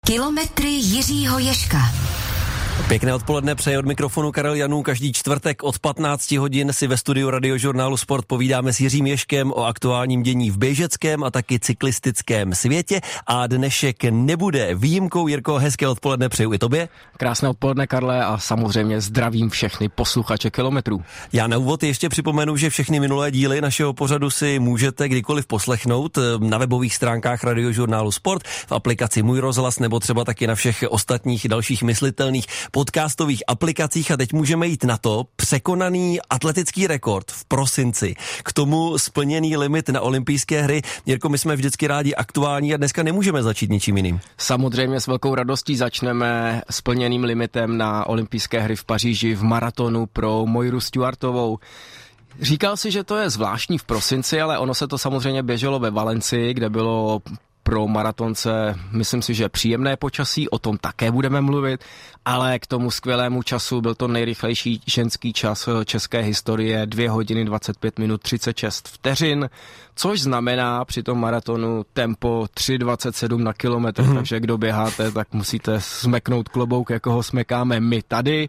Kilometry Jiřího Ježka. Pěkné odpoledne přeje od mikrofonu Karel Janů. Každý čtvrtek od 15 hodin si ve studiu Radiožurnálu Sport povídáme s Jiřím Ježkem o aktuálním dění v běžeckém a taky cyklistickém světě. A dnešek nebude výjimkou. Jirko, hezké odpoledne přeju i tobě. Krásné odpoledne, Karle, a samozřejmě zdravím všechny posluchače Kilometrů. Já na úvod ještě připomenu, že všechny minulé díly našeho pořadu si můžete kdykoliv poslechnout na webových stránkách Radiožurnálu Sport, v aplikaci Můj rozhlas nebo třeba taky na všech ostatních dalších myslitelných podcastových aplikacích. A teď můžeme jít na to překonaný atletický rekord v prosinci. K tomu splněný limit na olympijské hry. Jirko, my jsme vždycky rádi aktuální a dneska nemůžeme začít ničím jiným. Samozřejmě s velkou radostí začneme splněným limitem na olympijské hry v Paříži v maratonu pro Moiru Stuartovou. Říkal si, že to je zvláštní v prosinci, ale ono se to samozřejmě běželo ve Valencii, kde bylo pro maratonce, myslím si, že příjemné počasí, o tom také budeme mluvit, ale k tomu skvělému času byl to nejrychlejší ženský čas české historie, 2 hodiny 25 minut 36 vteřin, což znamená při tom maratonu tempo 3,27 na kilometr, takže kdo běháte, tak musíte smeknout klobouk, jako ho smekáme my tady.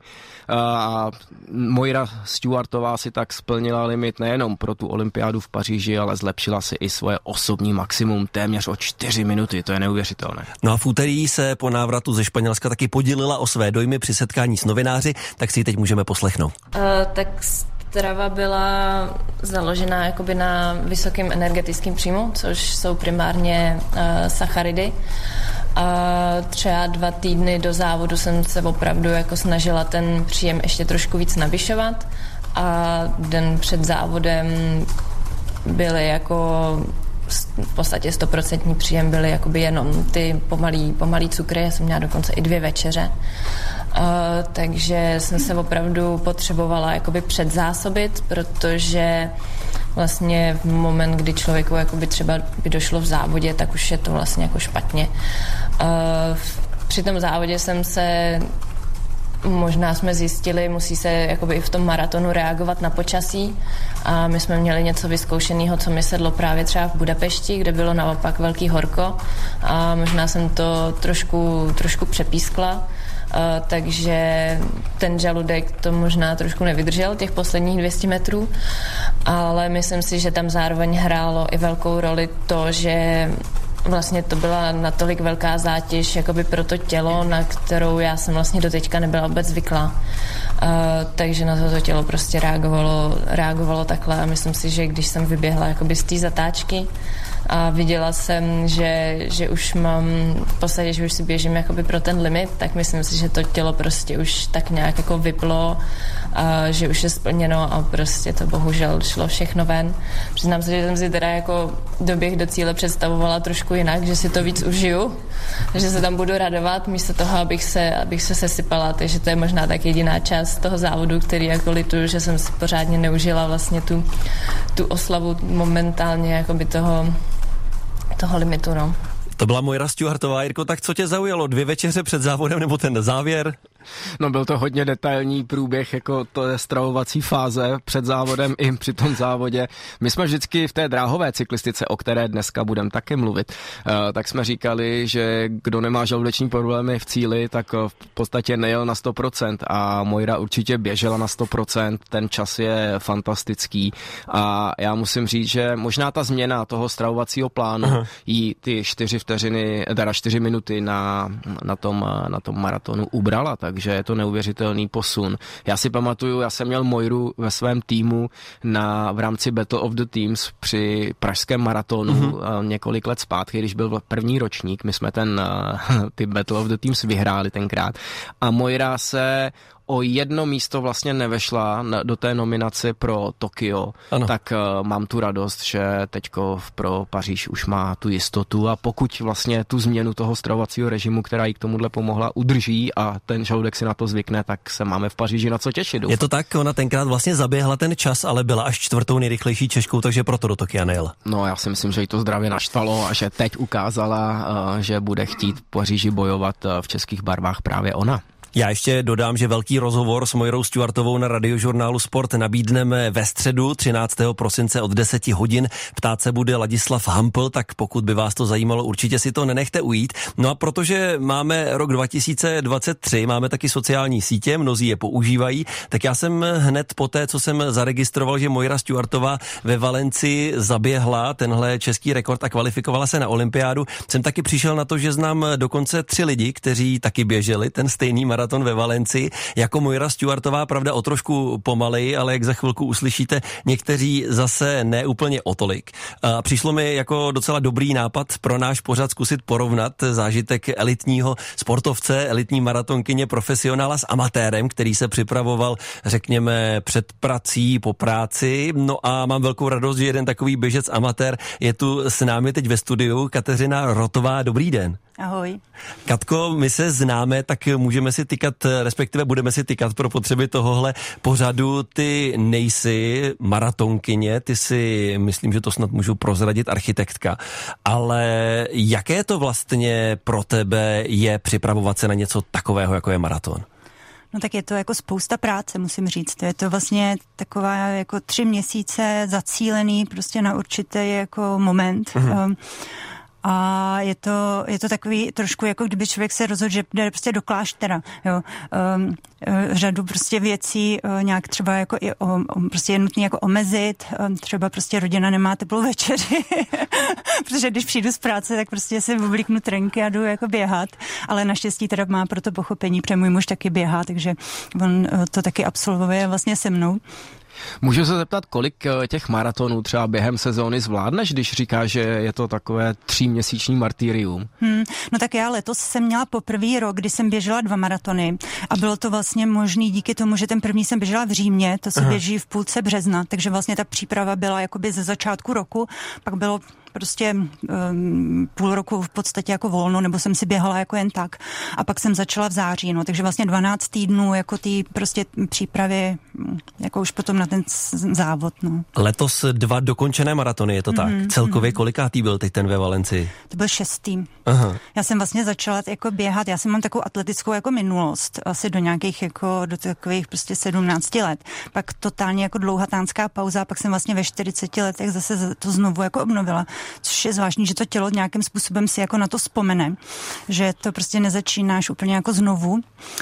A Moira Stuartová si tak splnila limit nejenom pro tu olympiádu v Paříži, ale zlepšila si i svoje osobní maximum téměř o 4 minuty, to je neuvěřitelné. No a v úterý se po návratu ze Španělska taky podělila o své dojmy při setkání s novináři, tak si ji teď můžeme poslechnout. Tak strava byla založená jakoby na vysokém energetickém příjmu, což jsou primárně sacharidy. A třeba 2 týdny do závodu jsem se opravdu jako snažila ten příjem ještě trošku víc navyšovat a den před závodem byly jako v podstatě 100% příjem, byly jakoby jenom ty pomalý cukry, já jsem měla dokonce i 2 večeře. Takže jsem se opravdu potřebovala jakoby předzásobit, protože vlastně v moment, kdy člověku jakoby třeba by došlo v závodě, tak už je to vlastně jako špatně. Při tom závodě možná jsme zjistili, musí se jakoby i v tom maratonu reagovat na počasí a my jsme měli něco vyzkoušeného, co mi sedlo právě třeba v Budapešti, kde bylo naopak velký horko a možná jsem to trošku přepískla. Takže ten žaludek to možná trošku nevydržel těch posledních 200 metrů, ale myslím si, že tam zároveň hrálo i velkou roli to, že vlastně to byla natolik velká zátěž jakoby pro to tělo, na kterou já jsem vlastně doteďka nebyla vůbec zvyklá. Takže na to tělo prostě reagovalo takhle a myslím si, že když jsem vyběhla jakoby z té zatáčky a viděla jsem, že už mám v podstatě, že už si běžím jakoby pro ten limit, tak myslím si, že to tělo prostě už tak nějak jako vyplo, a že už je splněno a prostě to bohužel šlo všechno ven. Přiznám se, že jsem si teda jako doběh do cíle představovala trošku jinak, že si to víc užiju, že se tam budu radovat místo toho, abych se sesypala, takže to je možná tak jediná část toho závodu, který jako lituju, že jsem si pořádně neužila vlastně tu oslavu momentálně jakoby toho limitu, no. To byla Moira Stuartová. Jirko, tak co tě zaujalo? 2 večeře před závodem nebo ten závěr? No, byl to hodně detailní průběh, jako to je stravovací fáze před závodem i při tom závodě. My jsme vždycky v té dráhové cyklistice, o které dneska budeme taky mluvit, tak jsme říkali, že kdo nemá žaludeční problémy v cíli, tak v podstatě nejel na 100% a Moira určitě běžela na 100%, ten čas je fantastický a já musím říct, že možná ta změna toho stravovacího plánu jí ty 4 minuty na tom maratonu ubrala, takže je to neuvěřitelný posun. Já si pamatuju, já jsem měl Moiru ve svém týmu v rámci Battle of the Teams při pražském maratonu několik let zpátky, když byl první ročník, my jsme ty Battle of the Teams vyhráli tenkrát a Moira se o 1 místo vlastně nevešla do té nominace pro Tokio, tak mám tu radost, že teďko pro Paříž už má tu jistotu a pokud vlastně tu změnu toho stravovacího režimu, která jí k tomuhle pomohla, udrží a ten žaludek si na to zvykne, tak se máme v Paříži na co těšit. Je to tak, ona tenkrát vlastně zaběhla ten čas, ale byla až 4. nejrychlejší Češkou, takže proto do Tokia nejela. No, já si myslím, že jí to zdravě naštvalo a že teď ukázala, že bude chtít v Paříži bojovat v českých barvách právě ona. Já ještě dodám, že velký rozhovor s Mojrou Stuartovou na Radiožurnálu Sport nabídneme ve středu 13. prosince od 10 hodin. Ptát se bude Ladislav Hampl, tak pokud by vás to zajímalo, určitě si to nenechte ujít. No a protože máme rok 2023, máme taky sociální sítě, mnozí je používají, tak já jsem hned poté, co jsem zaregistroval, že Mojra Stuartová ve Valencii zaběhla tenhle český rekord a kvalifikovala se na olympiádu, jsem taky přišel na to, že znám dokonce 3 lidi, kteří taky běželi ten stejný maraton ve Valencii, jako Mojra Stuartová, pravda o trošku pomaleji, ale jak za chvilku uslyšíte, někteří zase ne úplně o tolik. A přišlo mi jako docela dobrý nápad pro náš pořad zkusit porovnat zážitek elitního sportovce, elitní maratonkyně, profesionála s amatérem, který se připravoval, řekněme, před prací, po práci. No a mám velkou radost, že jeden takový běžec amatér je tu s námi teď ve studiu. Kateřina Rotová, dobrý den. Ahoj. Katko, my se známe, tak můžeme si tykat, respektive budeme si tykat pro potřeby tohohle pořadu. Ty nejsi maratonkyně, ty si, myslím, že to snad můžu prozradit, architektka. Ale jaké to vlastně pro tebe je připravovat se na něco takového, jako je maraton? No tak je to jako spousta práce, musím říct. Je to vlastně taková jako 3 měsíce zacílený prostě na určitý jako moment. A je to takový trošku jako kdyby člověk se rozhodl, že jde prostě do kláštera, jo. Řadu prostě věcí nějak třeba jako i prostě je nutný jako omezit, třeba prostě rodina nemá teplou večeři, protože když přijdu z práce, tak prostě si oblíknu trenky a jdu jako běhat, ale naštěstí teda má pro to pochopení, protože můj muž taky běhá, takže on to taky absolvuje vlastně se mnou. Můžu se zeptat, kolik těch maratonů třeba během sezóny zvládneš, když říkáš, že je to takové 3měsíční martyrium? No tak já letos jsem měla poprvý rok, kdy jsem běžela 2 maratony a bylo to vlastně možný díky tomu, že ten první jsem běžela v Římě, to se běží v půlce března, takže vlastně ta příprava byla jakoby ze začátku roku, pak bylo prostě půl roku v podstatě jako volno, nebo jsem si běhala jako jen tak. A pak jsem začala v září, no, takže vlastně 12 týdnů jako ty prostě přípravy, jako už potom na ten závod, no. Letos 2 dokončené maratony, je to tak? Celkově kolikátý byl teď ten ve Valencii? To byl 6. Aha. Já jsem vlastně začala jako běhat, já jsem mám takovou atletickou jako minulost, asi do nějakých jako, do takových prostě 17 let. Pak totálně jako dlouhatánská pauza, pak jsem vlastně ve 40 letech zase to znovu jako obnovila. Což je zvláštní, že to tělo nějakým způsobem si jako na to vzpomene, že to prostě nezačínáš úplně jako znovu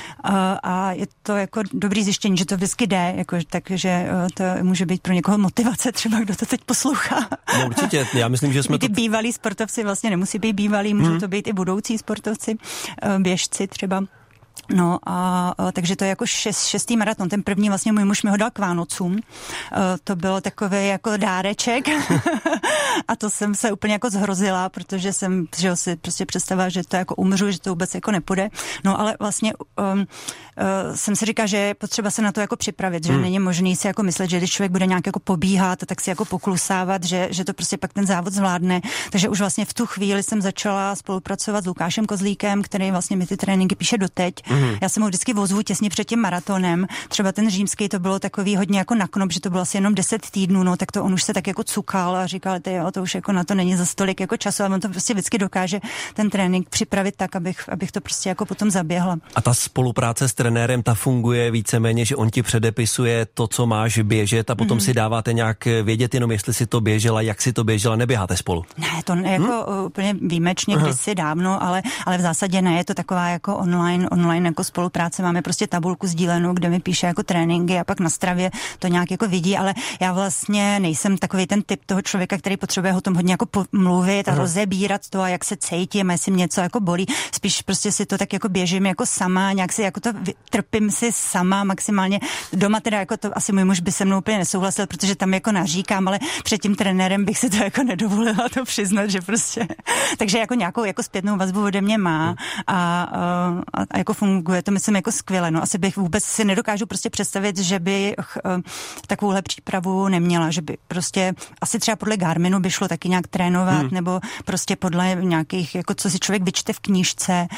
a je to jako dobrý zjištění, že to vždycky jde, jako, takže to může být pro někoho motivace třeba, kdo to teď poslouchá. No určitě, já myslím, že jsme ty bývalí sportovci vlastně nemusí být bývalí, můžou to být i budoucí sportovci, běžci třeba. No a takže to je jako 6. maraton. Ten první vlastně můj muž mi ho dal k Vánocům. To bylo takový jako dáreček a to jsem se úplně jako zhrozila, protože jsem si prostě představila, že to jako umřu, že to vůbec jako nepůjde. No ale vlastně jsem si říkala, že je potřeba se na to jako připravit, že není možný si jako myslet, že když člověk bude nějak jako pobíhat, tak si jako poklusávat, že to prostě pak ten závod zvládne. Takže už vlastně v tu chvíli jsem začala spolupracovat s Lukášem Kozlíkem, který vlastně mi ty tréninky píše doteď. Já jsem ho vždycky ozvu těsně před tím maratonem. Třeba ten římský to bylo takový hodně jako na knop, že to bylo asi jenom 10 týdnů, no tak to on už se tak jako cukal a říkal, to už jako na to není za stolik jako času, ale on to prostě vždycky dokáže ten trénink připravit tak, abych to prostě jako potom zaběhla. A ta spolupráce s trenérem, ta funguje víceméně, že on ti předepisuje to, co máš běžet a potom si dáváte nějak vědět jenom, jestli si to běžela, jak si to běžela, neběháte spolu? Ne, to jako úplně výjimečně kdysi dávno, ale v zásadě ne, je to taková jako online jako spolupráce, máme prostě tabulku sdílenou, kde mi píše jako tréninky a pak na Stravě to nějak jako vidí, ale já vlastně nejsem takový ten typ toho člověka, který potřebuje o tom hodně jako mluvit a rozebírat to a jak se cítím, jestli mě něco jako bolí. Spíš prostě si to tak jako běžím jako sama, nějak si jako to trpím si sama maximálně. Doma teda jako to asi můj muž by se mnou úplně nesouhlasil, protože tam jako naříkám, ale před tím trenérem bych si to jako nedovolila to přiznat, že prostě. Takže jako nějakou jako zpětnou vazbu ode mě má a jako funguje to, myslím, jako skvěle. No asi bych vůbec si nedokážu prostě představit, že by takovouhle přípravu neměla, že by prostě asi třeba podle Garminu by šlo taky nějak trénovat, nebo prostě podle nějakých, jako co si člověk vyčte v knížce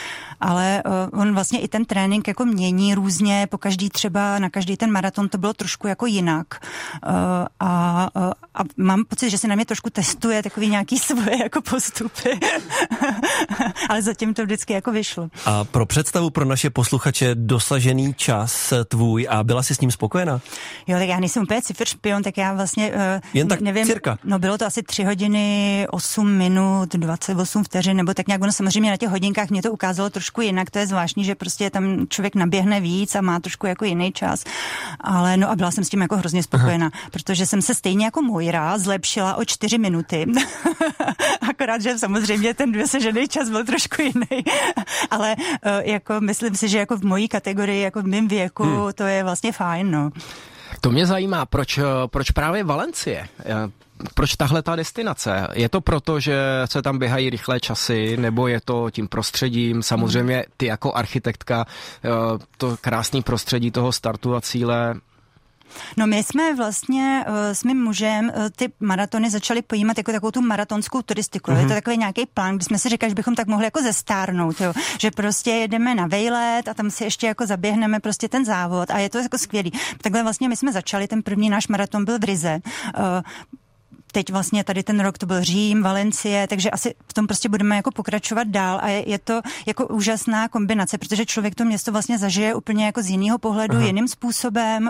ale on vlastně i ten trénink jako mění různě, po každý třeba na každý ten maraton to bylo trošku jako jinak. A mám pocit, že se na mě trošku testuje takový nějaký svoje jako postupy. Ale zatím to vždycky jako vyšlo. A pro představu pro naše posluchače dosažený čas tvůj a byla jsi s ním spokojená? Jo, tak já nejsem úplně cifr špion, tak já vlastně jen tak nevím, cirka. No bylo to asi 3 hodiny, 8 minut, 28 vteřin, nebo tak nějak, ono samozřejmě na těch hodinkách mě to ukázalo trošku jinak, to je zvláštní, že prostě tam člověk naběhne víc a má trošku jako jiný čas, ale no a byla jsem s tím jako hrozně spokojená, protože jsem se stejně jako Mojra zlepšila o 4 minuty. Akorát, že samozřejmě ten dosažený čas byl trošku jiný, ale jako myslím si, že jako v mojí kategorii, jako v mém věku, to je vlastně fajn, no. To mě zajímá, proč právě Valencie? Proč tahle ta destinace? Je to proto, že se tam běhají rychlé časy, nebo je to tím prostředím? Samozřejmě ty jako architektka, to krásné prostředí toho startu a cíle. No my jsme vlastně s mým mužem ty maratony začali pojímat jako takovou tu maratonskou turistiku. Je to takový nějaký plán, kdy jsme si říkali, že bychom tak mohli jako zestárnout, jo? Že prostě jedeme na vejlet a tam si ještě jako zaběhneme prostě ten závod a je to jako skvělý. Takhle vlastně my jsme začali, ten první náš maraton byl v Rize. Teď vlastně tady ten rok to byl Řím, Valencie, takže asi v tom prostě budeme jako pokračovat dál a je to jako úžasná kombinace, protože člověk to město vlastně zažije úplně jako z jiného pohledu, jiným způsobem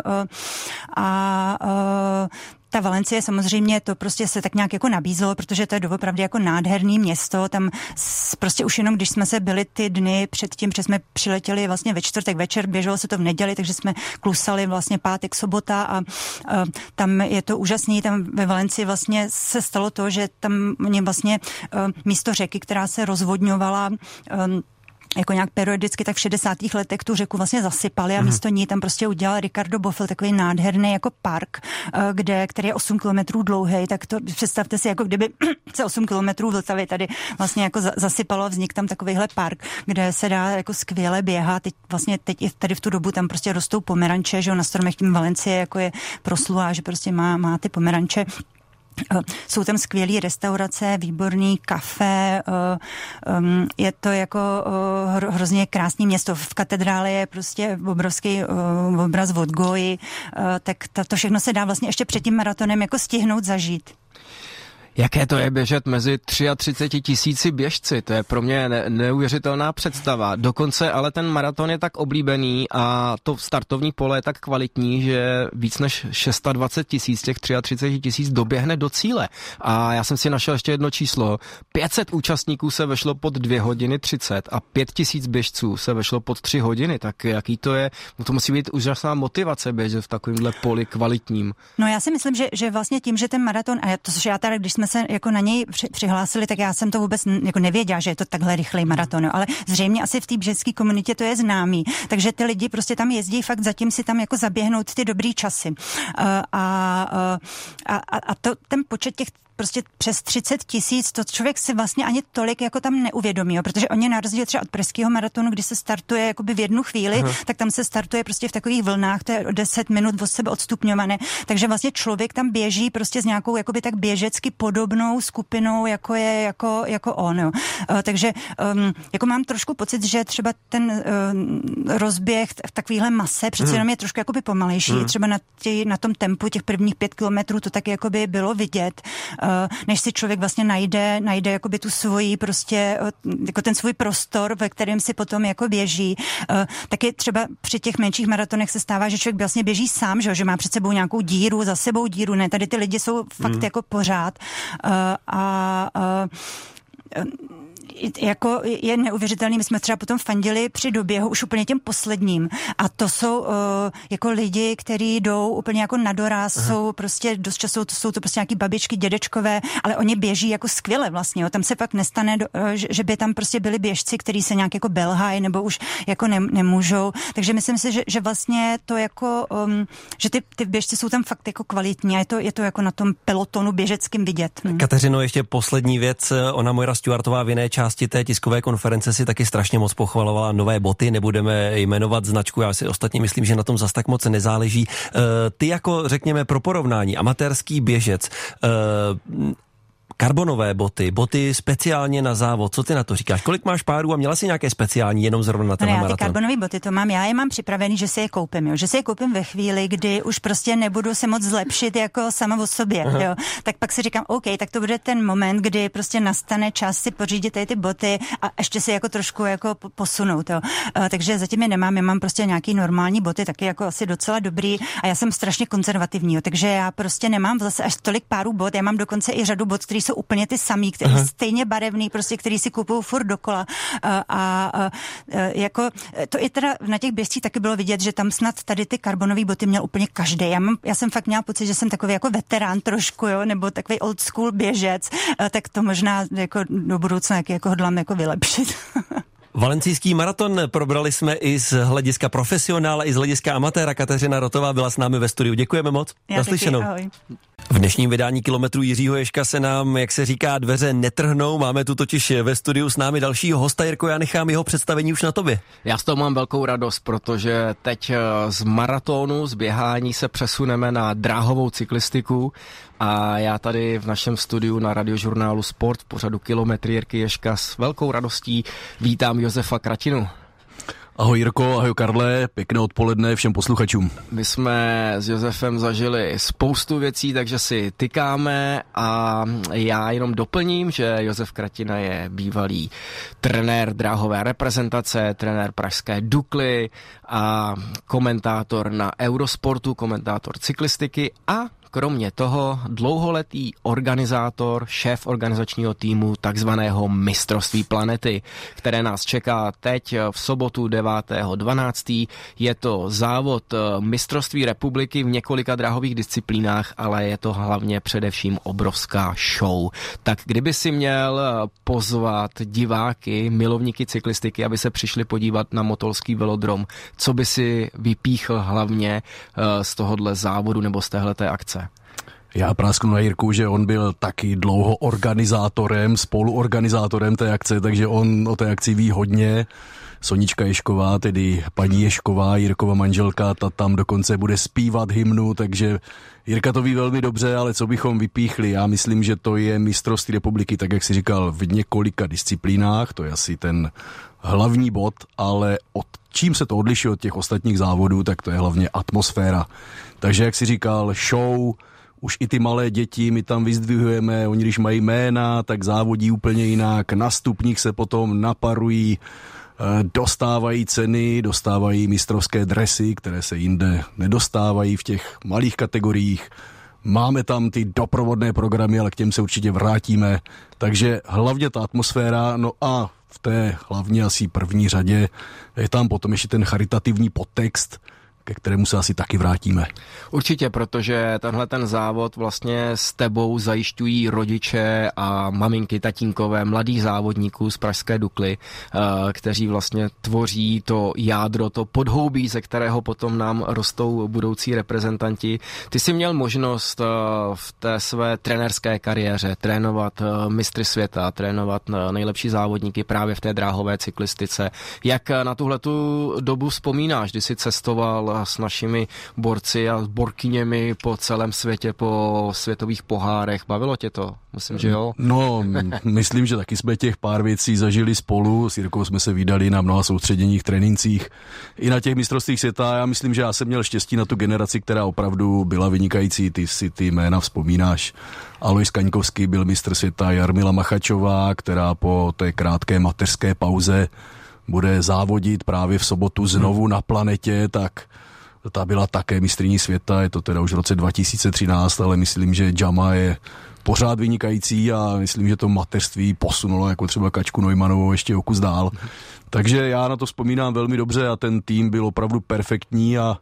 a ta Valencie samozřejmě to prostě se tak nějak jako nabízelo, protože to je doopravdy jako nádherný město, tam prostě už jenom když jsme se byli ty dny předtím, protože jsme přiletěli vlastně ve čtvrtek večer, běželo se to v neděli, takže jsme klusali vlastně pátek, sobota a tam je to úžasný, tam ve Valencii vlastně se stalo to, že tam vlastně místo řeky, která se rozvodňovala jako nějak periodicky, tak v 60. letech tu řeku vlastně zasypali a místo ní tam prostě udělal Ricardo Bofill takový nádherný jako park, který je 8 kilometrů dlouhý, tak to představte si, jako kdyby se 8 kilometrů Vltavy tady vlastně jako zasypalo, vznik tam takovýhle park, kde se dá jako skvěle běhat. Teď i tady v tu dobu tam prostě rostou pomeranče, že jo, na stromech tím Valencie jako je proslulá, že prostě má ty pomeranče. Jsou tam skvělé restaurace, výborný kafe, je to jako hrozně krásné město. V katedrále je prostě obrovský obraz od Goji, tak to všechno se dá vlastně ještě před tím maratonem jako stihnout zažít. Jaké to je běžet mezi 33 000 běžci? To je pro mě neuvěřitelná představa. Dokonce ale ten maraton je tak oblíbený a to startovní pole je tak kvalitní, že víc než 26 000 z těch 33 000 doběhne do cíle. A já jsem si našel ještě jedno číslo. 500 účastníků se vešlo pod 2 hodiny 30 a 5 000 běžců se vešlo pod 3 hodiny. Tak jaký to je? No to musí být úžasná motivace běžet v takovémhle poli kvalitním. No já si myslím, že vlastně tím, že ten maraton, a to, že já tady, když jsme se jako na něj přihlásili, tak já jsem to vůbec jako nevěděla, že je to takhle rychlej maraton, ale zřejmě asi v té běžecké komunitě to je známý. Takže ty lidi prostě tam jezdí fakt zatím si tam jako zaběhnout ty dobrý časy. A ten počet těch prostě přes 30 000, to člověk si vlastně ani tolik jako tam neuvědomí, jo, protože oni na rozdíl třeba od pražského maratonu, kdy se startuje jakoby v jednu chvíli, tak tam se startuje prostě v takových vlnách, to je 10 minut od sebe odstupňované, takže vlastně člověk tam běží prostě s nějakou jakoby tak běžecky podobnou skupinou, jako je jako on, jo. Takže jako mám trošku pocit, že třeba ten rozběh v takovýhle mase přece jenom je trošku jakoby pomalejší, třeba na tom tempu těch prvních 5 kilometrů to tak jakoby bylo vidět, než si člověk vlastně najde jakoby tu svoji prostě, jako ten svůj prostor, ve kterém si potom jako běží. Taky třeba při těch menších maratonech se stává, že člověk vlastně běží sám, že má před sebou nějakou díru, za sebou díru, ne, tady ty lidi jsou fakt jako pořád jako je neuvěřitelný, my jsme třeba potom fandili při doběhu už úplně těm posledním a to jsou jako lidi, kteří jdou úplně jako na doraz, jsou prostě dost času, jsou to prostě nějaký babičky, dědečkové, ale oni běží jako skvěle vlastně, jo. Tam se pak nestane, že by tam prostě byli běžci, kteří se nějak jako belhají nebo už jako nemůžou, takže myslím si, že vlastně to jako, že ty běžci jsou tam fakt jako kvalitní a je to jako na tom pelotonu běžeckým vidět. Kateřino, ještě poslední věc, ona Mojra Stuartová v jiné části té tiskové konference si taky strašně moc pochvalovala nové boty, nebudeme jmenovat značku, já si ostatně myslím, že na tom zas tak moc nezáleží. Ty jako, řekněme, pro porovnání, amatérský běžec, Karbonové boty speciálně na závod. Co ty na to říkáš? Kolik máš párů a měla jsi nějaké speciální jenom zrovna na tenhle maraton? Ty karbonové boty to mám, já je mám připravený, že si je koupím, jo. Že si je koupím ve chvíli, kdy už prostě nebudu se moc zlepšit jako sama o sobě, jo. Tak pak si říkám, OK, tak to bude ten moment, kdy prostě nastane čas si pořídit tady ty boty a ještě si jako trošku jako posunout, jo. Takže zatím je nemám, já mám prostě nějaký normální boty, taky jako asi docela dobrý a já jsem strašně konzervativní, jo. Takže já prostě nemám zase až tolik párů bot, já mám dokonce i řadu bot, které jsou úplně ty samý, který stejně barevný, prostě který si kupuju furt dokola a jako to i teda na těch běžcích taky bylo vidět, že tam snad tady ty karbonové boty měl úplně každý. Já jsem fakt měla pocit, že jsem takový jako veterán trošku, jo, nebo takový old school běžec, tak to možná jako do budoucna jako hodlám jako vylepšit. Valencijský maraton probrali jsme i z hlediska profesionála, i z hlediska amatéra. Kateřina Rotová byla s námi ve studiu. Děkujeme moc. Naslyšenou. V dnešním vydání Kilometru Jiřího Ježka se nám, jak se říká, dveře netrhnou. Máme tu totiž ve studiu s námi dalšího hosta. Jirko, já nechám jeho představení už na tobě. Já z toho mám velkou radost, protože teď z maratonu, z běhání se přesuneme na dráhovou cyklistiku a já tady v našem studiu na Radiožurnálu Sport v pořadu Kilometry Jirky Ježka s velkou radostí vítám Josefa Kratinu. Ahoj Jirko, ahoj Karle, pěkné odpoledne všem posluchačům. My jsme s Josefem zažili spoustu věcí, takže si tykáme a já jenom doplním, že Josef Kratina je bývalý trenér dráhové reprezentace, trenér pražské Dukly a komentátor na Eurosportu, komentátor cyklistiky a kromě toho dlouholetý organizátor, šéf organizačního týmu takzvaného mistrovství planety, které nás čeká teď v sobotu 9.12. Je to závod mistrovství republiky v několika dráhových disciplínách, ale je to hlavně především obrovská show. Tak kdyby si měl pozvat diváky, milovníky cyklistiky, aby se přišli podívat na motolský velodrom, co by si vypíchl hlavně z tohohle závodu nebo z téhleté akce? Já prásknu na Jirku, že on byl taky dlouho organizátorem, spoluorganizátorem té akce, takže on o té akci ví hodně. Sonička Ježková, tedy paní Ježková, Jirkova manželka, ta tam dokonce bude zpívat hymnu, takže Jirka to ví velmi dobře, ale co bychom vypíchli? Já myslím, že to je mistrovství republiky, tak jak jsi říkal, v několika disciplínách, to je asi ten hlavní bod, ale od čím se to odlišuje od těch ostatních závodů, tak to je hlavně atmosféra. Takže jak jsi říkal, show, už i ty malé děti my tam vyzdvihujeme, oni když mají jména, tak závodí úplně jinak, na stupních se potom naparují, dostávají ceny, dostávají mistrovské dresy, které se jinde nedostávají v těch malých kategoriích. Máme tam ty doprovodné programy, ale k těm se určitě vrátíme. Takže hlavně ta atmosféra, no a v té hlavně asi první řadě je tam potom ještě ten charitativní podtext, ke kterému se asi taky vrátíme. Určitě, protože tenhle ten závod vlastně s tebou zajišťují rodiče a maminky, tatínkové, mladých závodníků z pražské Dukly, kteří vlastně tvoří to jádro, to podhoubí, ze kterého potom nám rostou budoucí reprezentanti. Ty jsi měl možnost v té své trenérské kariéře trénovat mistry světa, trénovat nejlepší závodníky právě v té dráhové cyklistice. Jak na tuhletu dobu vzpomínáš, kdy jsi cestoval s našimi borci a borkyněmi po celém světě, po světových pohárech? Bavilo tě to? Myslím, že jo. No, myslím, že taky jsme těch pár věcí zažili spolu. S Jirkou jsme se vídali na mnoha soustředěních, trénincích i na těch mistrovstvích světa. Já myslím, že já jsem měl štěstí na tu generaci, která opravdu byla vynikající. Ty si ty jména vzpomínáš. Alojz Kaňkovský byl mistr světa, Jarmila Machačová, která po té krátké mateřské pauze bude závodit právě v sobotu znovu na planetě, tak ta byla také mistryní světa, je to teda už v roce 2013, ale myslím, že Jama je pořád vynikající a myslím, že to mateřství posunulo jako třeba Kačku Neumannovou ještě o kus dál. Takže já na to vzpomínám velmi dobře a ten tým byl opravdu perfektní a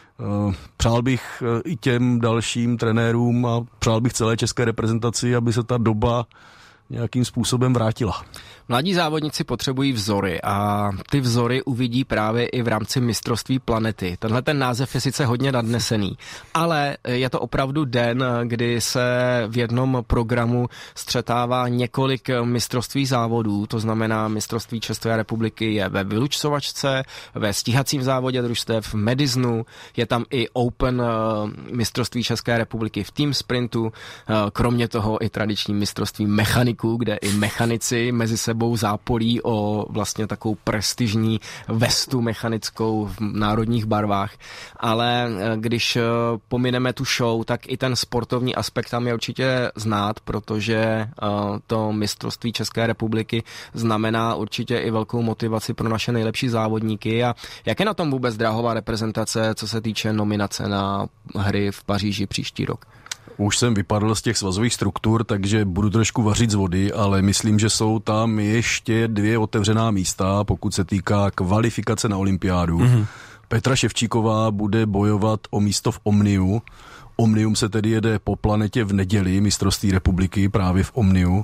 přál bych i těm dalším trenérům a přál bych celé české reprezentaci, aby se ta doba nějakým způsobem vrátila. Mladí závodníci potřebují vzory a ty vzory uvidí právě i v rámci mistrovství planety. Tenhle ten název je sice hodně nadnesený, ale je to opravdu den, kdy se v jednom programu střetává několik mistrovství závodů, to znamená mistrovství České republiky je ve vylučovačce, ve stíhacím závodě družstev, v Madisonu, je tam i Open mistrovství České republiky v team sprintu, kromě toho i tradiční mistrovství mechaniků, kde i mechanici mezi sebou zápolí o vlastně takovou prestižní vestu mechanickou v národních barvách. Ale když pomineme tu show, tak i ten sportovní aspekt tam je určitě znát, protože to mistrovství České republiky znamená určitě i velkou motivaci pro naše nejlepší závodníky. A jak je na tom vůbec dráhová reprezentace, co se týče nominace na hry v Paříži příští rok? Už jsem vypadl z těch svazových struktur, takže budu trošku vařit z vody, ale myslím, že jsou tam ještě 2 otevřená místa, pokud se týká kvalifikace na olympiádu. Mm-hmm. Petra Ševčíková bude bojovat o místo v Omniu. Omnium se tedy jede po planetě v neděli, mistrovství republiky právě v Omniu.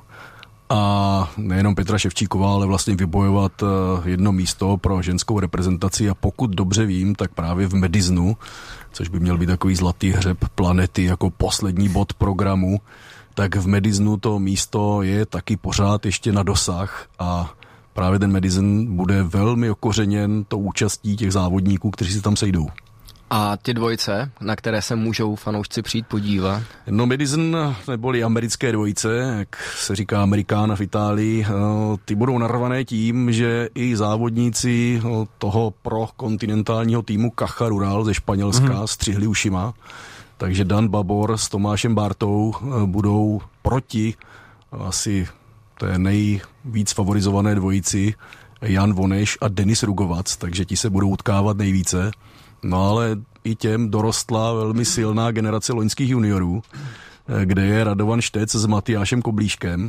A nejenom Petra Ševčíková, ale vlastně vybojovat jedno místo pro ženskou reprezentaci a pokud dobře vím, tak právě v Madisonu, což by měl být takový zlatý hřeb planety jako poslední bod programu, tak v Madisonu to místo je taky pořád ještě na dosah a právě ten Madison bude velmi okořeněn tou účastí těch závodníků, kteří se tam sejdou. A ty dvojice, na které se můžou fanoušci přijít podívat? No Madison, neboli americké dvojice, jak se říká Amerikána v Itálii, ty budou narvané tím, že i závodníci toho prokontinentálního týmu Caja Rural ze Španělska střihli ušima. Takže Dan Babor s Tomášem Bártou budou proti asi té nejvíc favorizované dvojici Jan Voneš a Denis Rugovac, takže ti se budou utkávat nejvíce. No ale i těm dorostla velmi silná generace loňských juniorů, kde je Radovan Štec s Matyášem Koblíškem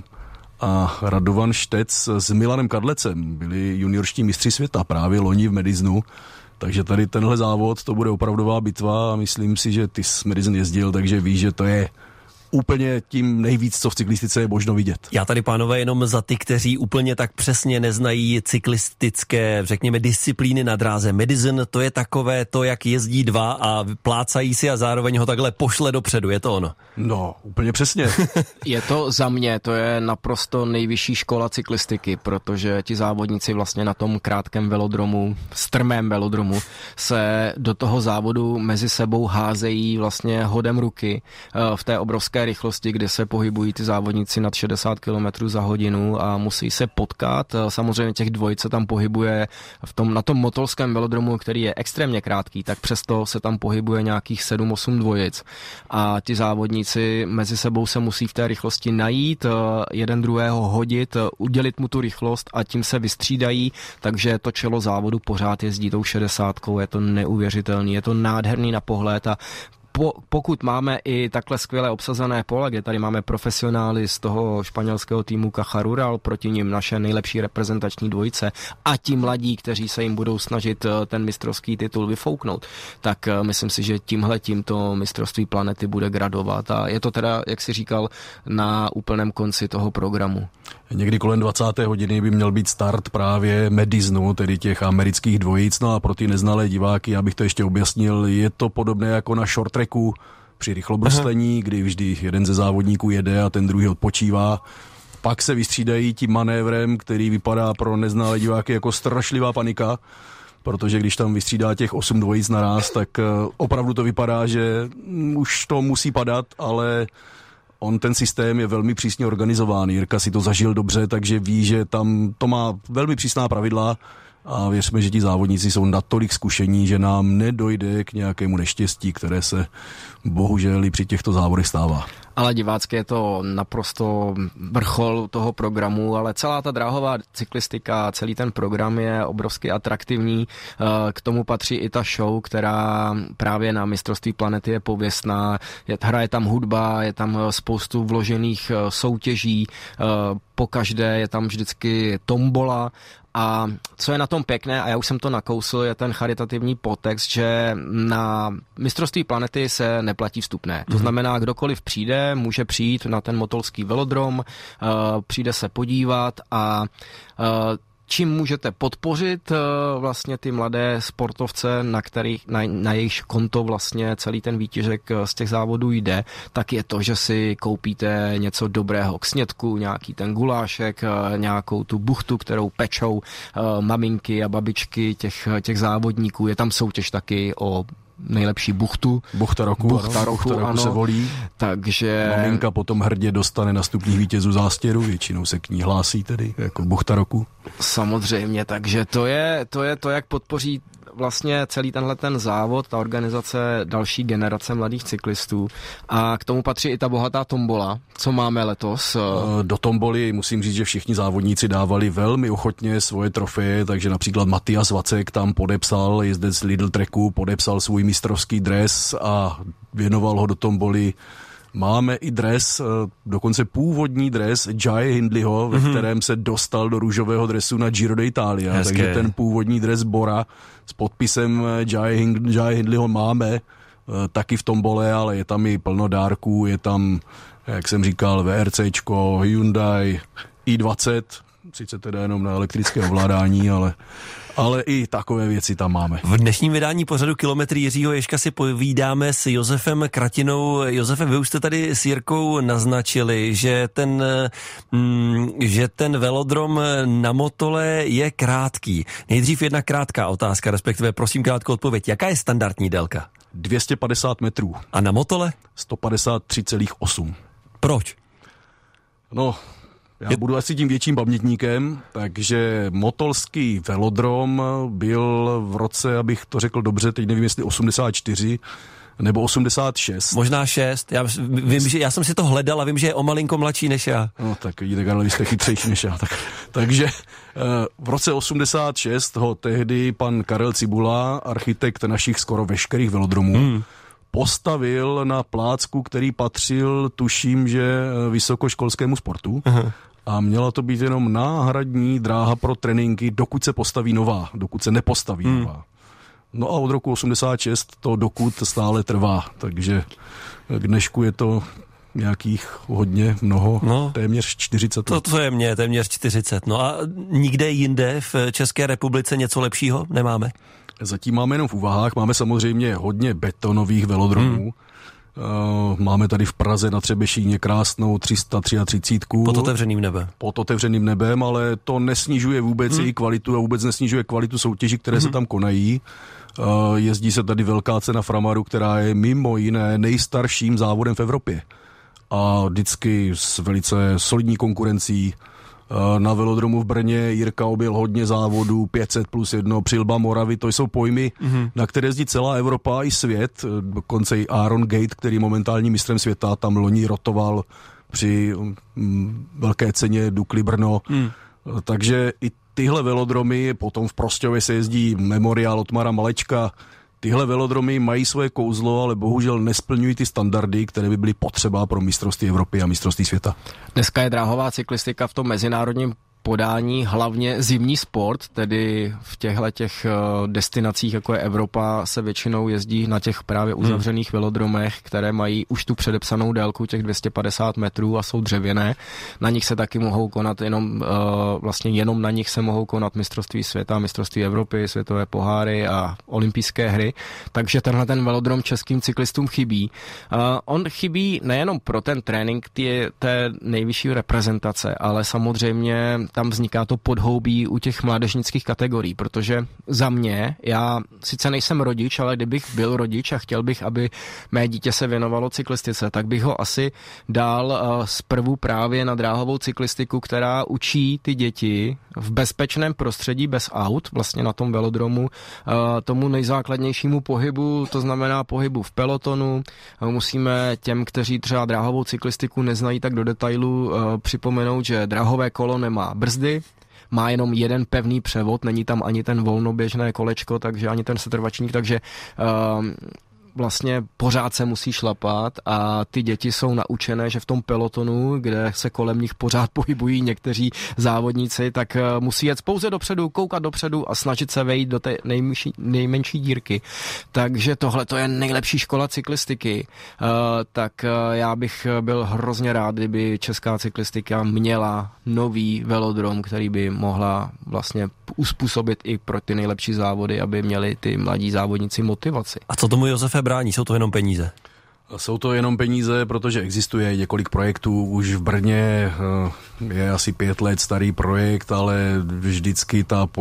a Radovan Štec s Milanem Kadlecem byli juniorští mistři světa právě loni v Madisonu. Takže tady tenhle závod, to bude opravdová bitva a myslím si, že ty s Madison jezdil, takže víš, že to je úplně tím nejvíc, co v cyklistice je možno vidět. Já tady, pánové, jenom za ty, kteří úplně tak přesně neznají cyklistické, řekněme, disciplíny na dráze. Madison, to je takové to, jak jezdí dva a plácají si a zároveň ho takhle pošle dopředu, je to ono? No, úplně přesně. Je to za mě, to je naprosto nejvyšší škola cyklistiky, protože ti závodníci vlastně na tom krátkém velodromu, strmém velodromu, se do toho závodu mezi sebou házejí vlastně hodem ruky v té obrovské rychlosti, kde se pohybují ty závodníci nad 60 km za hodinu a musí se potkat. Samozřejmě těch dvojic se tam pohybuje na tom motolském velodromu, který je extrémně krátký, tak přesto se tam pohybuje nějakých 7-8 dvojic. A ti závodníci mezi sebou se musí v té rychlosti najít, jeden druhého hodit, udělit mu tu rychlost a tím se vystřídají, takže to čelo závodu pořád jezdí tou 60, je to neuvěřitelný, je to nádherný na pohled a pokud máme i takhle skvěle obsazené pole, kde tady máme profesionály z toho španělského týmu Caja Rural, proti nim naše nejlepší reprezentační dvojice a ti mladí, kteří se jim budou snažit ten mistrovský titul vyfouknout, tak myslím si, že tímto mistrovství planety bude gradovat a je to teda, jak si říkal, na úplném konci toho programu. Někdy kolem 20. hodiny by měl být start právě Madisonu, tedy těch amerických dvojic. No a pro ty neznalé diváky, abych to ještě objasnil, je to podobné jako na short tracku při rychlobruslení, kdy vždy jeden ze závodníků jede a ten druhý odpočívá. Pak se vystřídají tím manévrem, který vypadá pro neznalé diváky jako strašlivá panika, protože když tam vystřídá těch 8 dvojic naraz, tak opravdu to vypadá, že už to musí padat, ale ten systém je velmi přísně organizovaný. Jirka si to zažil dobře, takže ví, že tam to má velmi přísná pravidla a věřme, že ti závodníci jsou natolik zkušení, že nám nedojde k nějakému neštěstí, které se bohužel i při těchto závodech stává. Ale divácky je to naprosto vrchol toho programu, ale celá ta dráhová cyklistika, celý ten program je obrovsky atraktivní. K tomu patří i ta show, která právě na mistrovství planety je pověstná. Hraje tam hudba, je tam spoustu vložených soutěží, pokaždé je tam vždycky tombola. A co je na tom pěkné, a já už jsem to nakousl, je ten charitativní podtext, že na mistrovství planety se neplatí vstupné. To znamená, kdokoliv přijde, chce, může přijít na ten motolský velodrom, přijde se podívat a čím můžete podpořit vlastně ty mladé sportovce, na jejich konto vlastně celý ten výtěžek z těch závodů jde, tak je to, že si koupíte něco dobrého k snědku, nějaký ten gulášek, nějakou tu buchtu, kterou pečou maminky a babičky těch závodníků. Je tam soutěž taky o nejlepší buchtu. Buchta roku se volí. Takže maminka potom hrdě dostane na stupních vítězů zástěru, většinou se k ní hlásí tedy jako buchta roku. Samozřejmě, takže to je to, jak podpoří vlastně celý ten závod, ta organizace další generace mladých cyklistů. A k tomu patří i ta bohatá tombola, co máme letos. Do tomboly musím říct, že všichni závodníci dávali velmi ochotně svoje trofeje, takže například Matias Vacek tam podepsal, jezdec Lidl Tracku, podepsal svůj mistrovský dres a věnoval ho do tomboly. Máme i dres, dokonce původní dres Jay Hindleyho, ve kterém se dostal do růžového dresu na Giro d'Italia. Takže ten původní dres Bora s podpisem Jay Hindleyho máme taky v tombole, ale je tam i plno dárků, je tam, jak jsem říkal, VRCčko, Hyundai, i20, sice teda jenom na elektrické ovládání, ale i takové věci tam máme. V dnešním vydání pořadu Kilometry Jiřího Ježka si povídáme s Josefem Kratinou. Josefe, vy už jste tady s Jirkou naznačili, že ten velodrom na Motole je krátký. Nejdřív jedna krátká otázka, respektive prosím krátkou odpověď. Jaká je standardní délka? 250 metrů. A na Motole? 153,8. Proč? No, já budu asi tím větším pamětníkem, takže motolský velodrom byl v roce, abych to řekl dobře, teď nevím, jestli 84 nebo 86. Možná 6. Já jsem si to hledal a vím, že je o malinko mladší než já. No tak vidíte, Karel, vy jste chytřejší než já. Takže v roce 86 ho tehdy pan Karel Cibula, architekt našich skoro veškerých velodromů, postavil na plácku, který patřil, tuším, že vysokoškolskému sportu. Aha. A měla to být jenom náhradní dráha pro tréninky, dokud se postaví nová, dokud se nepostaví nová. No a od roku 86 to dokud stále trvá, takže k dnešku je to nějakých mnoho, téměř 40 let. To je téměř 40. No a nikde jinde v České republice něco lepšího nemáme? Zatím máme jenom v úvahách, máme samozřejmě hodně betonových velodromů. Máme tady v Praze na Třebešíně krásnou 333. Pod otevřeným nebem. Pod otevřeným nebem, ale to nesnižuje vůbec její kvalitu a vůbec nesnižuje kvalitu soutěží, které se tam konají. Jezdí se tady velká cena Framaru, která je mimo jiné nejstarším závodem v Evropě. A vždycky s velice solidní konkurencí. Na velodromu v Brně Jirka objel hodně závodů, 500+1, Přilba Moravy, to jsou pojmy, na které jezdí celá Evropa i svět, dokonce i Aaron Gate, který momentální mistrem světa, tam loni rotoval při velké ceně Dukly Brno, takže i tyhle velodromy, potom v Prostějově se jezdí Memoriál Otmara Malečka. Tyhle velodromy mají svoje kouzlo, ale bohužel nesplňují ty standardy, které by byly potřeba pro mistrovství Evropy a mistrovství světa. Dneska je dráhová cyklistika v tom mezinárodním podání hlavně zimní sport, tedy v těch destinacích, jako je Evropa, se většinou jezdí na těch právě uzavřených velodromech, které mají už tu předepsanou délku těch 250 metrů a jsou dřevěné. Na nich se taky mohou konat jenom na nich se mohou konat mistrovství světa, mistrovství Evropy, světové poháry a olympijské hry. Takže tenhle ten velodrom českým cyklistům chybí. On chybí nejenom pro ten trénink té nejvyšší reprezentace, ale samozřejmě tam vzniká to podhoubí u těch mládežnických kategorií, protože za mě, já sice nejsem rodič, ale kdybych byl rodič a chtěl bych, aby mé dítě se věnovalo cyklistice, tak bych ho asi dal zprvu právě na dráhovou cyklistiku, která učí ty děti v bezpečném prostředí bez aut, vlastně na tom velodromu, tomu nejzákladnějšímu pohybu, to znamená pohybu v pelotonu. Musíme těm, kteří třeba dráhovou cyklistiku neznají tak do detailu, připomenout, že dráhové kolo nemá brzdy, má jenom jeden pevný převod, není tam ani ten volnoběžné kolečko, takže ani ten setrvačník, takže vlastně pořád se musí šlapat a ty děti jsou naučené, že v tom pelotonu, kde se kolem nich pořád pohybují někteří závodníci, tak musí jet pouze dopředu, koukat dopředu a snažit se vejít do té nejmenší dírky. Takže tohle to je nejlepší škola cyklistiky. Tak já bych byl hrozně rád, kdyby česká cyklistika měla nový velodrom, který by mohla vlastně uspůsobit i pro ty nejlepší závody, aby měli ty mladí závodníci motivaci. A co tomu, Josefe, brání? Jsou to jenom peníze? Jsou to jenom peníze, protože existuje několik projektů. Už v Brně je asi 5 let starý projekt, ale vždycky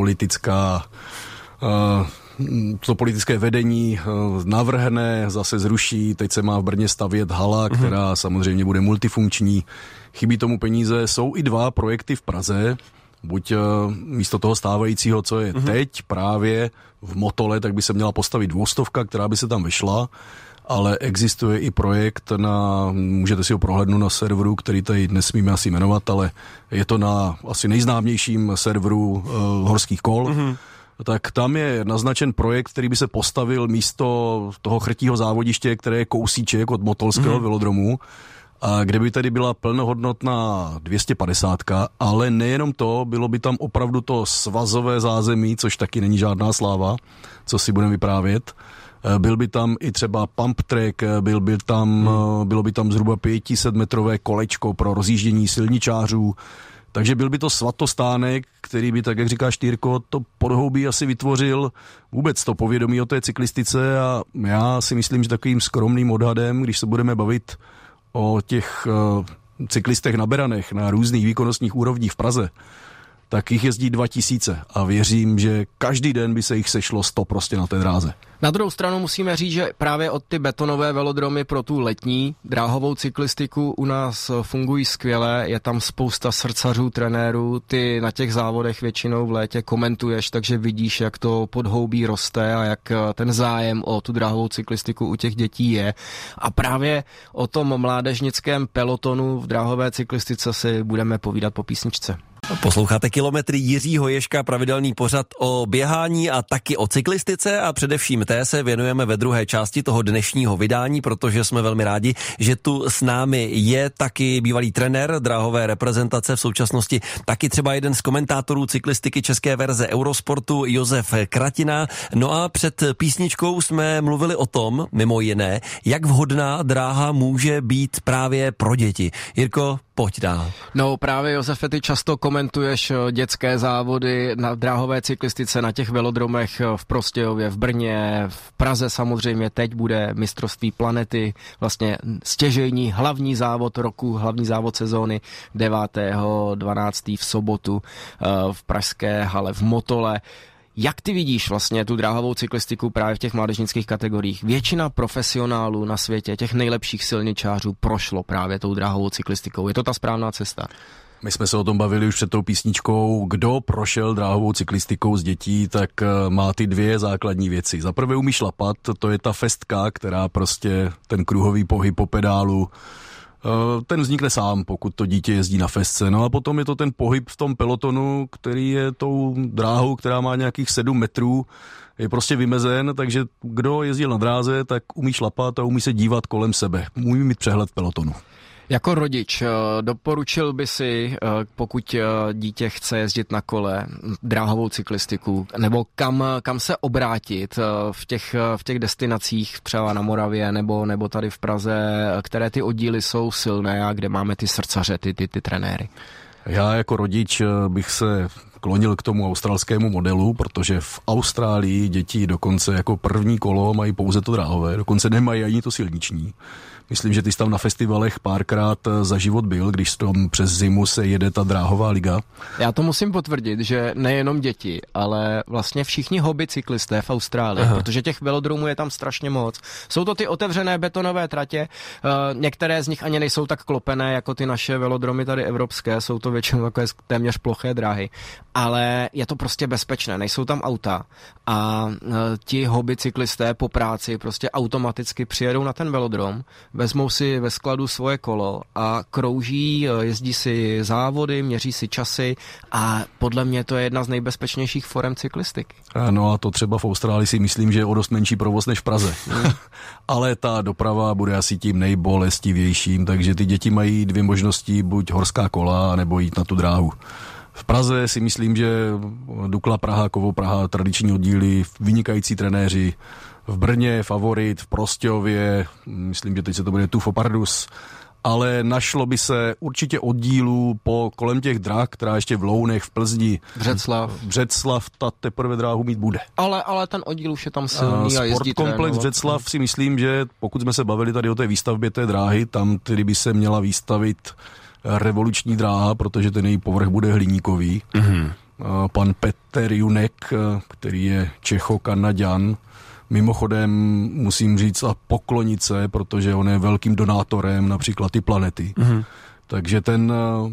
to politické vedení navrhne, zase zruší. Teď se má v Brně stavět hala, která samozřejmě bude multifunkční. Chybí tomu peníze. Jsou i 2 projekty v Praze, buď místo toho stávajícího, co je teď právě v Motole, tak by se měla postavit 200, která by se tam vešla, ale existuje i projekt můžete si ho prohlédnout na serveru, který tady nesmíme asi jmenovat, ale je to na asi nejznámějším serveru horských kol, tak tam je naznačen projekt, který by se postavil místo toho chrtího závodiště, které je kousíček od motolského velodromu, a kde by tady byla plnohodnotná 250, ale nejenom to, bylo by tam opravdu to svazové zázemí, což taky není žádná sláva, co si budeme vyprávět. Byl by tam i třeba pump track, bylo by tam zhruba 500-metrové kolečko pro rozjíždění silničářů, takže byl by to svatostánek, který by, tak jak říká Štýrko, to podhoubí asi vytvořil vůbec to povědomí o té cyklistice a já si myslím, že takovým skromným odhadem, když se budeme bavit o těch cyklistech na beranech na různých výkonnostních úrovních v Praze, tak jich jezdí 2000 a věřím, že každý den by se jich sešlo 100 prostě na té dráze. Na druhou stranu musíme říct, že právě od ty betonové velodromy pro tu letní dráhovou cyklistiku u nás fungují skvěle, je tam spousta srdcařů, trenérů, ty na těch závodech většinou v létě komentuješ, takže vidíš, jak to podhoubí roste a jak ten zájem o tu dráhovou cyklistiku u těch dětí je. A právě o tom mládežnickém pelotonu v dráhové cyklistice si budeme povídat po písničce. Posloucháte Kilometry Jiřího Ježka, pravidelný pořad o běhání a taky o cyklistice a především té se věnujeme ve druhé části toho dnešního vydání, protože jsme velmi rádi, že tu s námi je taky bývalý trenér dráhové reprezentace, v současnosti taky třeba jeden z komentátorů cyklistiky české verze Eurosportu, Josef Kratina. No a před písničkou jsme mluvili o tom, mimo jiné, jak vhodná dráha může být právě pro děti. Jirko, pojď dál. No právě, Josefe, ty často komentuješ dětské závody na dráhové cyklistice na těch velodromech v Prostějově, v Brně, v Praze samozřejmě teď bude mistrovství planety, vlastně stěžejní hlavní závod roku, hlavní závod sezóny 9.12. v sobotu v pražské hale v Motole. Jak ty vidíš vlastně tu dráhovou cyklistiku právě v těch mládežnických kategoriích? Většina profesionálů na světě, těch nejlepších silničářů, prošlo právě tou dráhovou cyklistikou. Je to ta správná cesta? My jsme se o tom bavili už před tou písničkou. Kdo prošel dráhovou cyklistikou z dětí, tak má ty 2 základní věci. Za prvé umí šlapat, to je ta festka, která prostě ten kruhový pohyb po pedálu, ten vznikne sám, pokud to dítě jezdí na festce. No a potom je to ten pohyb v tom pelotonu, který je tou dráhou, která má nějakých 7 metrů, je prostě vymezen, takže kdo jezdil na dráze, tak umí šlapat a umí se dívat kolem sebe. Umí mít přehled pelotonu. Jako rodič doporučil by si, pokud dítě chce jezdit na kole, dráhovou cyklistiku, nebo kam se obrátit v těch destinacích třeba na Moravě nebo tady v Praze, které ty oddíly jsou silné a kde máme ty srdcaře, ty trenéry? Já jako rodič bych se klonil k tomu australskému modelu, protože v Austrálii děti dokonce jako první kolo mají pouze to dráhové, dokonce nemají ani to silniční. Myslím, že ty jsi tam na festivalech párkrát za život byl, když tam přes zimu se jede ta dráhová liga. Já to musím potvrdit, že nejenom děti, ale vlastně všichni hobby cyklisté v Austrálii, protože těch velodromů je tam strašně moc. Jsou to ty otevřené betonové tratě, některé z nich ani nejsou tak klopené jako ty naše velodromy tady evropské, jsou to většinou takové téměř ploché dráhy. ale je to prostě bezpečné, nejsou tam auta a ti hobby cyklisté po práci prostě automaticky přijedou na ten velodrom, vezmou si ve skladu svoje kolo a krouží, jezdí si závody, měří si časy a podle mě to je jedna z nejbezpečnějších forem cyklistiky. No a to třeba v Austrálii si myslím, že je o dost menší provoz než v Praze. Ale ta doprava bude asi tím nejbolestivějším, takže ty děti mají dvě možnosti, buď horská kola, nebo jít na tu dráhu. V Praze si myslím, že Dukla Praha, Kovo Praha, tradiční oddíly, vynikající trenéři, v Brně Favorit, v Prostějově, myslím, že teď se to bude Tufo Pardus, ale našlo by se určitě oddílů kolem těch drah, která ještě v Lounech, v Plzni, Břeclav, ta teprve dráhu mít bude. Ale ten oddíl už je tam silný a jezdí Sportkomplex Břeclav si myslím, že pokud jsme se bavili tady o té výstavbě té dráhy, tam tedy by se měla výstavit revoluční dráha, protože ten její povrch bude hliníkový. Mm-hmm. Pan Petr Junek, který je Čecho-Kanaďan, mimochodem musím říct a poklonit se, protože on je velkým donátorem například i Planety. Mm-hmm. Takže ten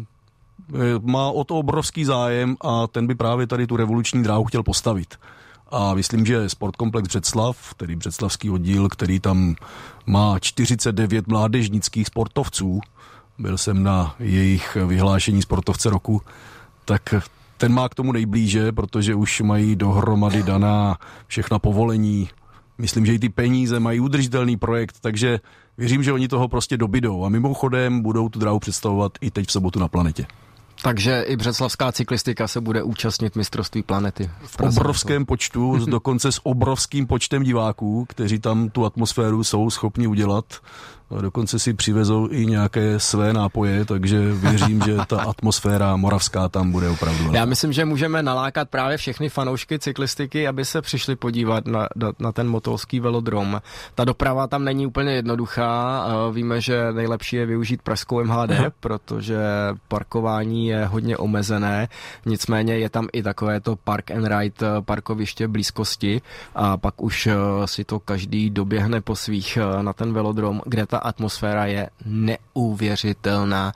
má o to obrovský zájem a ten by právě tady tu revoluční dráhu chtěl postavit. A myslím, že Sportkomplex Břeclav, tedy břeclavský oddíl, který tam má 49 mládežnických sportovců, byl jsem na jejich vyhlášení sportovce roku, tak ten má k tomu nejblíže, protože už mají dohromady daná všechna povolení. Myslím, že i ty peníze mají udržitelný projekt, takže věřím, že oni toho prostě dobydou. A mimochodem budou tu dráhu představovat i teď v sobotu na Planetě. Takže i břeclavská cyklistika se bude účastnit mistrovství Planety. V obrovském počtu, dokonce s obrovským počtem diváků, kteří tam tu atmosféru jsou schopni udělat. A dokonce si přivezou i nějaké své nápoje, takže věřím, že ta atmosféra moravská tam bude opravdu. Já myslím, že můžeme nalákat právě všechny fanoušky cyklistiky, aby se přišli podívat na ten motolský velodrom. Ta doprava tam není úplně jednoduchá. Víme, že nejlepší je využít pražskou MHD, protože parkování je hodně omezené. Nicméně je tam i takové to park and ride parkoviště blízkosti a pak už si to každý doběhne po svých na ten velodrom, kde ta atmosféra je neuvěřitelná.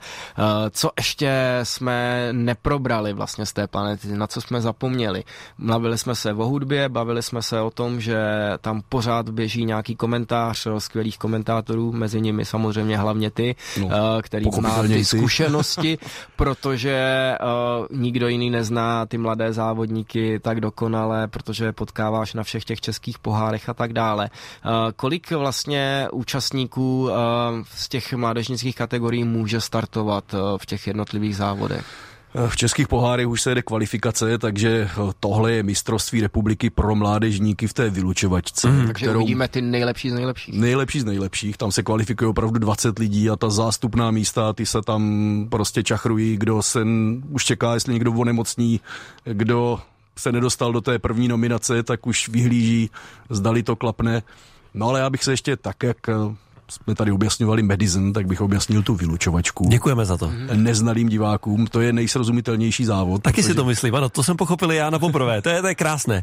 Co ještě jsme neprobrali vlastně z té planety, na co jsme zapomněli? Bavili jsme se o hudbě, bavili jsme se o tom, že tam pořád běží nějaký komentář skvělých komentátorů, mezi nimi samozřejmě hlavně ty, který má ty zkušenosti, protože nikdo jiný nezná ty mladé závodníky tak dokonale, protože potkáváš na všech těch českých pohárech a tak dále. Kolik vlastně účastníků z těch mládežnických kategorií může startovat v těch jednotlivých závodech? V českých pohárech už se jede kvalifikace, takže tohle je mistrovství republiky pro mládežníky v té vylučovačce. Takže uvidíme ty nejlepší z nejlepších. Nejlepší z nejlepších, tam se kvalifikuje opravdu 20 lidí a ta zástupná místa, ty se tam prostě čachrují, kdo se už čeká, jestli někdo onemocní, kdo se nedostal do té první nominace, tak už vyhlíží, zdali to klapne. No ale já bych se ještě tak, jak jsme tady objasňovali Madison, tak bych objasnil tu vylučovačku. Děkujeme za to. Neznalým divákům, to je nejsrozumitelnější závod. Taky si to myslím, ano, to jsem pochopil já na poprvé, to je krásné.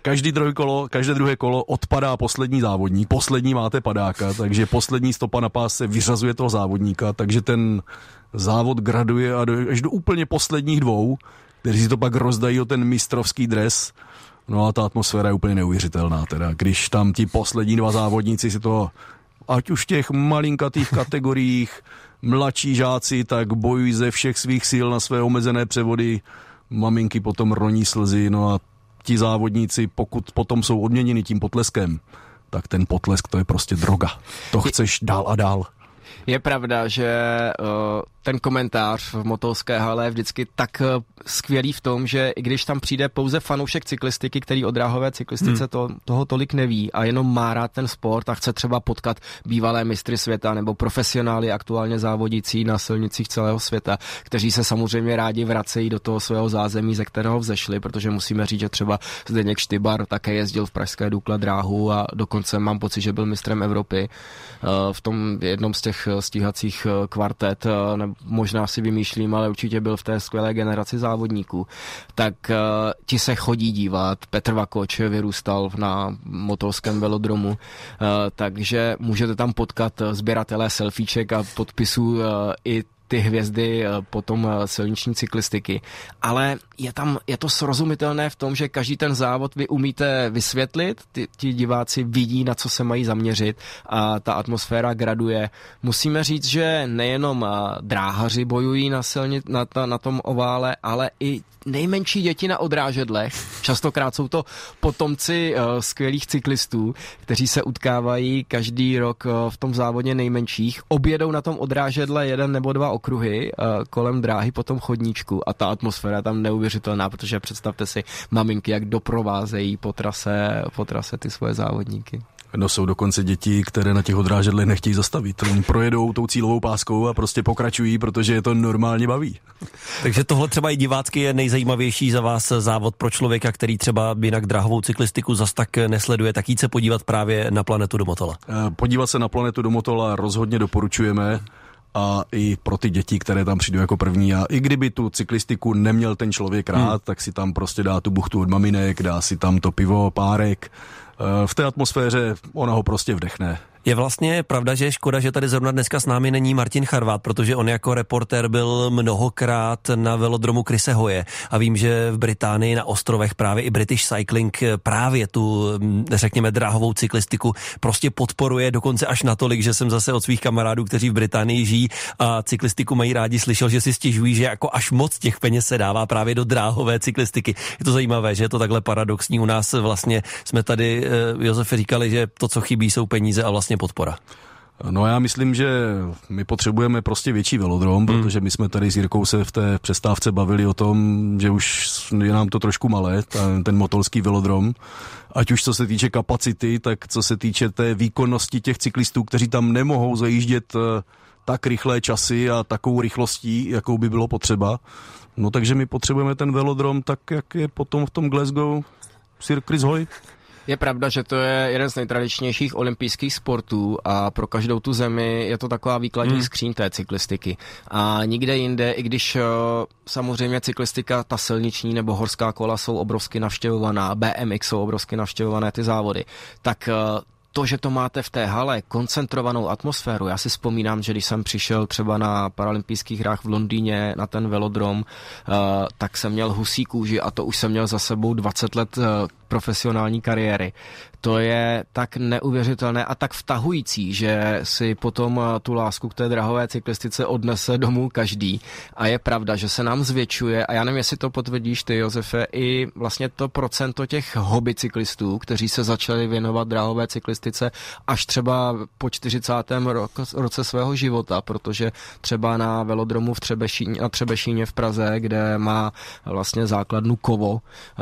Každé druhé kolo odpadá poslední závodník, poslední máte padáka, takže poslední stopa na pás se vyřazuje toho závodníka, takže ten závod graduje až do úplně posledních dvou, kteří si to pak rozdají o ten mistrovský dres. No a ta atmosféra je úplně neuvěřitelná, teda, když tam ti poslední dva závodníci si to, ať už v těch malinkatých kategoriích, mladší žáci, tak bojují ze všech svých sil na své omezené převody, maminky potom roní slzy, no a ti závodníci, pokud potom jsou odměněni tím potleskem, tak ten potlesk to je prostě droga. To chceš dál a dál. Je pravda, že ten komentář v motolské hale je vždycky tak skvělý v tom, že i když tam přijde pouze fanoušek cyklistiky, který o dráhové cyklistice toho tolik neví a jenom má rád ten sport a chce třeba potkat bývalé mistry světa nebo profesionály aktuálně závodící na silnicích celého světa, kteří se samozřejmě rádi vracejí do toho svého zázemí, ze kterého vzešli, protože musíme říct, že třeba Zdeněk Štybar také jezdil v pražské Dukle dráhu a dokonce mám pocit, že byl mistrem Evropy v tom jednom z těch stíhacích kvartet, možná si vymýšlím, ale určitě byl v té skvělé generaci závodníků, tak ti se chodí dívat. Petr Vakoč vyrůstal na motolském velodromu, takže můžete tam potkat sběratele selfieček a podpisů i ty hvězdy potom silniční cyklistiky. Ale je to srozumitelné v tom, že každý ten závod vy umíte vysvětlit, ti diváci vidí, na co se mají zaměřit a ta atmosféra graduje. Musíme říct, že nejenom dráhaři bojují na tom ovále, ale i nejmenší děti na odrážedlech. Častokrát jsou to potomci skvělých cyklistů, kteří se utkávají každý rok v tom závodě nejmenších. Objedou na tom odrážedle 1 nebo 2 okruhy kolem dráhy po tom chodníčku a ta atmosféra tam neuvěřitelná, protože představte si maminky, jak doprovázejí po trase ty svoje závodníky. No jsou dokonce děti, které na těch odrážedlech nechtějí zastavit. Oni projedou tou cílovou páskou a prostě pokračují, protože je to normálně baví. Takže tohle třeba i divácky je nejzajímavější za vás závod pro člověka, který třeba jinak dráhovou cyklistiku zas tak nesleduje, tak jít se podívat právě na Planetu do Motola. Podívat se na Planetu do Motola rozhodně doporučujeme. A i pro ty děti, které tam přijdou jako první. A i kdyby tu cyklistiku neměl ten člověk rád, tak si tam prostě dá tu buchtu od maminek, dá si tam to pivo, párek. V té atmosféře ona ho prostě vdechne. Je vlastně pravda, že je škoda, že tady zrovna dneska s námi není Martin Charvát, protože on jako reportér byl mnohokrát na velodromu Chrise Hoye a vím, že v Británii na ostrovech právě i British Cycling právě tu, řekněme, dráhovou cyklistiku prostě podporuje, dokonce až natolik, že jsem zase od svých kamarádů, kteří v Británii žijí a cyklistiku mají rádi, slyšel, že si stěžují, že jako až moc těch peněz se dává právě do dráhové cyklistiky. Je to zajímavé, že je to takhle paradoxní. U nás vlastně jsme tady, Josefe, říkali, že to, co chybí, jsou peníze a vlastně podpora. No já myslím, že my potřebujeme prostě větší velodrom, protože my jsme tady s Jirkou se v té přestávce bavili o tom, že už je nám to trošku malé, ten motolský velodrom. Ať už co se týče kapacity, tak co se týče té výkonnosti těch cyklistů, kteří tam nemohou zajíždět tak rychlé časy a takovou rychlostí, jakou by bylo potřeba. No takže my potřebujeme ten velodrom tak, jak je potom v tom Glasgow Sir Chris Hoy. Je pravda, že to je jeden z nejtradičnějších olympijských sportů a pro každou tu zemi je to taková výkladní skříň té cyklistiky. A nikde jinde, i když samozřejmě cyklistika, ta silniční nebo horská kola jsou obrovsky navštěvovaná, BMX jsou obrovsky navštěvované ty závody, tak to, že to máte v té hale koncentrovanou atmosféru. Já si vzpomínám, že když jsem přišel třeba na paralympijských hrách v Londýně na ten velodrom, tak jsem měl husí kůži a to už jsem měl za sebou 20 let profesionální kariéry. To je tak neuvěřitelné a tak vtahující, že si potom tu lásku k té drahové cyklistice odnese domů každý. A je pravda, že se nám zvětšuje, a já nevím, jestli to potvrdíš ty, Josefe, i vlastně to procento těch hobby cyklistů, kteří se začali věnovat drahové cyklistice až třeba po 40. roce svého života, protože třeba na velodromu na Třebešíně v Praze, kde má vlastně základnu Kovo,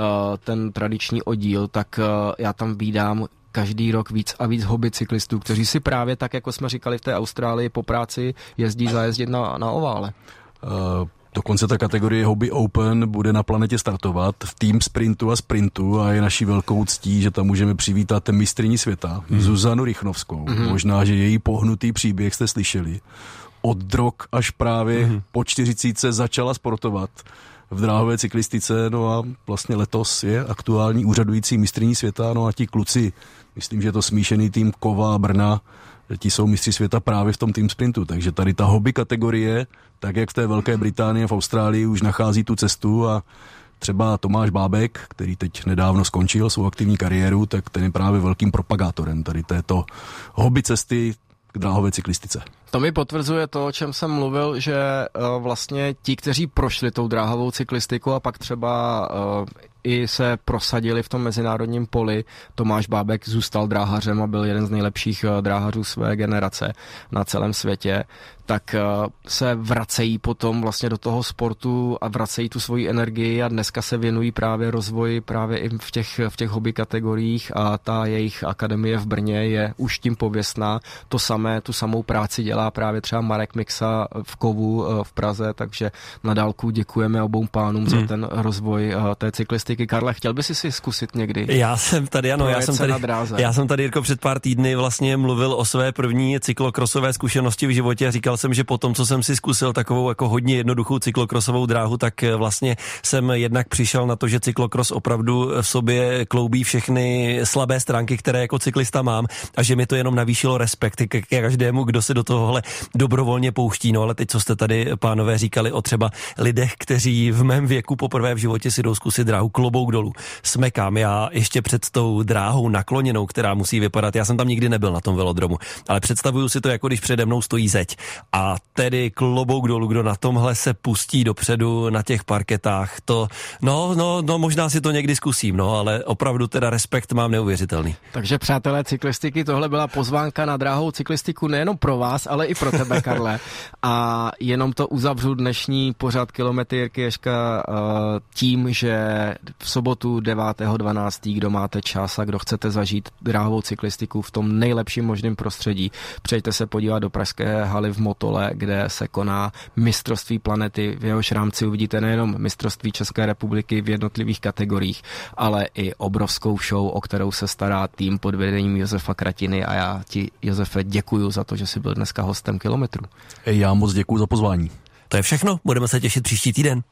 ten tradiční oddíl, tak já tam vídám každý rok víc a víc hobby cyklistů, kteří si právě tak, jako jsme říkali v té Austrálii, po práci jezdí zajezdit na ovále. Dokonce ta kategorie Hobby Open bude na Planetě startovat v tým sprintu a sprintu a je naší velkou ctí, že tam můžeme přivítat mistryni světa, Zuzanu Rychnovskou. Možná, že její pohnutý příběh jste slyšeli. Od drog až právě po 40 začala sportovat v dráhové cyklistice, no a vlastně letos je aktuální úřadující mistryní světa, no a ti kluci, myslím, že je to smíšený tým Kova a Brna, ti jsou mistři světa právě v tom tým sprintu, takže tady ta hobby kategorie, tak jak v té Velké Británii a v Austrálii už nachází tu cestu a třeba Tomáš Bábek, který teď nedávno skončil svou aktivní kariéru, tak ten je právě velkým propagátorem tady této hobby cesty k dráhové cyklistice. To mi potvrzuje to, o čem jsem mluvil, že vlastně ti, kteří prošli tou dráhovou cyklistiku a pak třeba i se prosadili v tom mezinárodním poli. Tomáš Bábek zůstal dráhařem a byl jeden z nejlepších dráhařů své generace na celém světě, tak se vracejí potom vlastně do toho sportu a vracejí tu svoji energii a dneska se věnují právě rozvoji právě i v těch hobby kategoriích a ta jejich akademie v Brně je už tím pověstná. To samé, tu samou práci dělá právě třeba Marek Miksa v Kovu v Praze, takže na dálku děkujeme obou pánům za ten rozvoj té cyklistiky. Karle, chtěl bys si zkusit někdy? Já jsem tady, ano, já jsem tady, Jirko, před pár týdny vlastně mluvil o své první cyklokrosové zkušenosti v životě a říkal říkal jsem, že po tom, co jsem si zkusil takovou jako hodně jednoduchou cyklokrosovou dráhu, tak vlastně jsem jednak přišel na to, že cyklokros opravdu v sobě kloubí všechny slabé stránky, které jako cyklista mám, a že mi to jenom navýšilo respekt ke každému, kdo se do tohohle dobrovolně pouští. No ale teď, co jste tady, pánové, říkali o třeba lidech, kteří v mém věku poprvé v životě si jdou zkusit dráhu, klobouk dolů. Smekám, já ještě před tou dráhou nakloněnou, která musí vypadat, já jsem tam nikdy nebyl na tom velodromu, ale představuju si to, jako když přede mnou stojí zeď. A tedy klobouk dolů, kdo na tomhle se pustí dopředu na těch parketách, to, no, možná si to někdy zkusím, no, ale opravdu teda respekt mám neuvěřitelný. Takže přátelé cyklistiky, tohle byla pozvánka na dráhovou cyklistiku nejenom pro vás, ale i pro tebe, Karle. A jenom to uzavřu dnešní pořad Kilometry Jirky Ježka tím, že v sobotu 9.12., kdo máte čas a kdo chcete zažít dráhovou cyklistiku v tom nejlepším možném prostředí, přijďte se podívat do pražské haly v Motole, kde se koná mistrovství planety, v jehož rámci uvidíte nejenom mistrovství České republiky v jednotlivých kategoriích, ale i obrovskou show, o kterou se stará tým pod vedením Josefa Kratiny, a já ti, Josefe, děkuju za to, že jsi byl dneska hostem Kilometru. Já moc děkuju za pozvání. To je všechno, budeme se těšit příští týden.